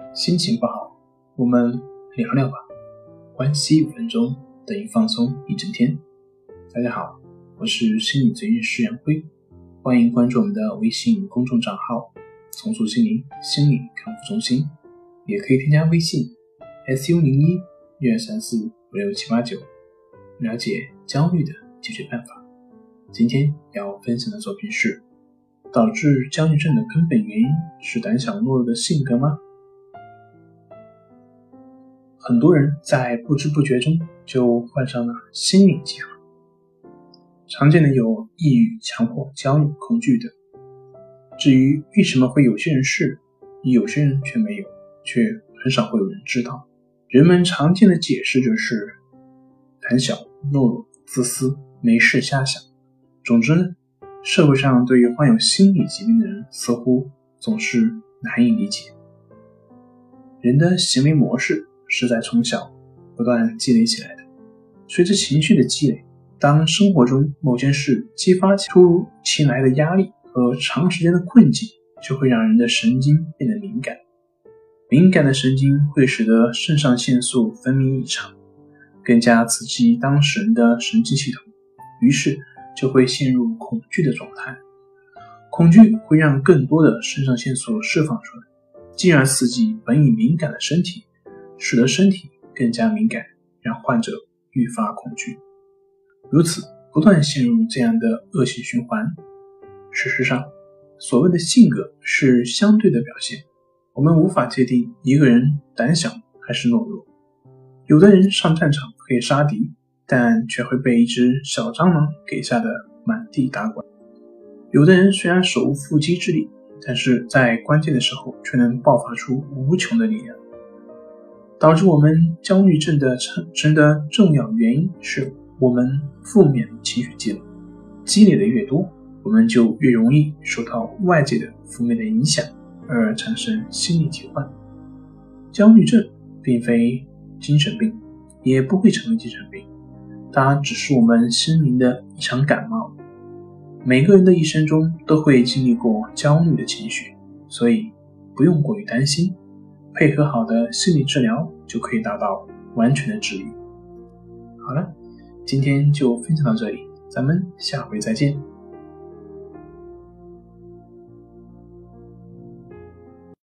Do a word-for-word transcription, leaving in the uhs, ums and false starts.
心情不好，我们聊聊吧。关系五分钟等于放松一整天。大家好，我是心理咨询师杨辉，欢迎关注我们的微信公众账号重塑心灵心理康复中心，也可以添加微信 S U 零一 一二三四五六七八九了解焦虑的解决办法。今天要分享的作品是：导致焦虑症的根本原因是胆小懦弱的性格吗？很多人在不知不觉中就患上了心理疾患，常见的有抑郁、强迫、焦虑、恐惧等。至于为什么会有些人是，有些人却没有，却很少会有人知道。人们常见的解释就是胆小、懦弱、自私、没事瞎想。总之呢，社会上对于患有心理疾病的人似乎总是难以理解。人的行为模式是在从小不断积累起来的，随着情绪的积累，当生活中某件事激发起突如其来的压力和长时间的困境，就会让人的神经变得敏感。敏感的神经会使得肾上腺素分泌异常，更加刺激当事人的神经系统，于是就会陷入恐惧的状态。恐惧会让更多的肾上腺素释放出来，进而刺激本已敏感的身体，使得身体更加敏感，让患者愈发恐惧。如此不断陷入这样的恶性循环。事实上，所谓的性格是相对的表现，我们无法界定一个人胆小还是懦弱。有的人上战场可以杀敌，但却会被一只小蟑螂给吓得满地打滚。有的人虽然手无缚鸡之力，但是在关键的时候却能爆发出无穷的力量。导致我们焦虑症的产生的重要原因是我们负面情绪积累，积累的越多，我们就越容易受到外界的负面的影响，而产生心理疾患。焦虑症并非精神病，也不会成为精神病，它只是我们心灵的一场感冒。每个人的一生中都会经历过焦虑的情绪，所以不用过于担心，配合好的心理治疗就可以达到完全的治愈。好了，今天就分享到这里，咱们下回再见。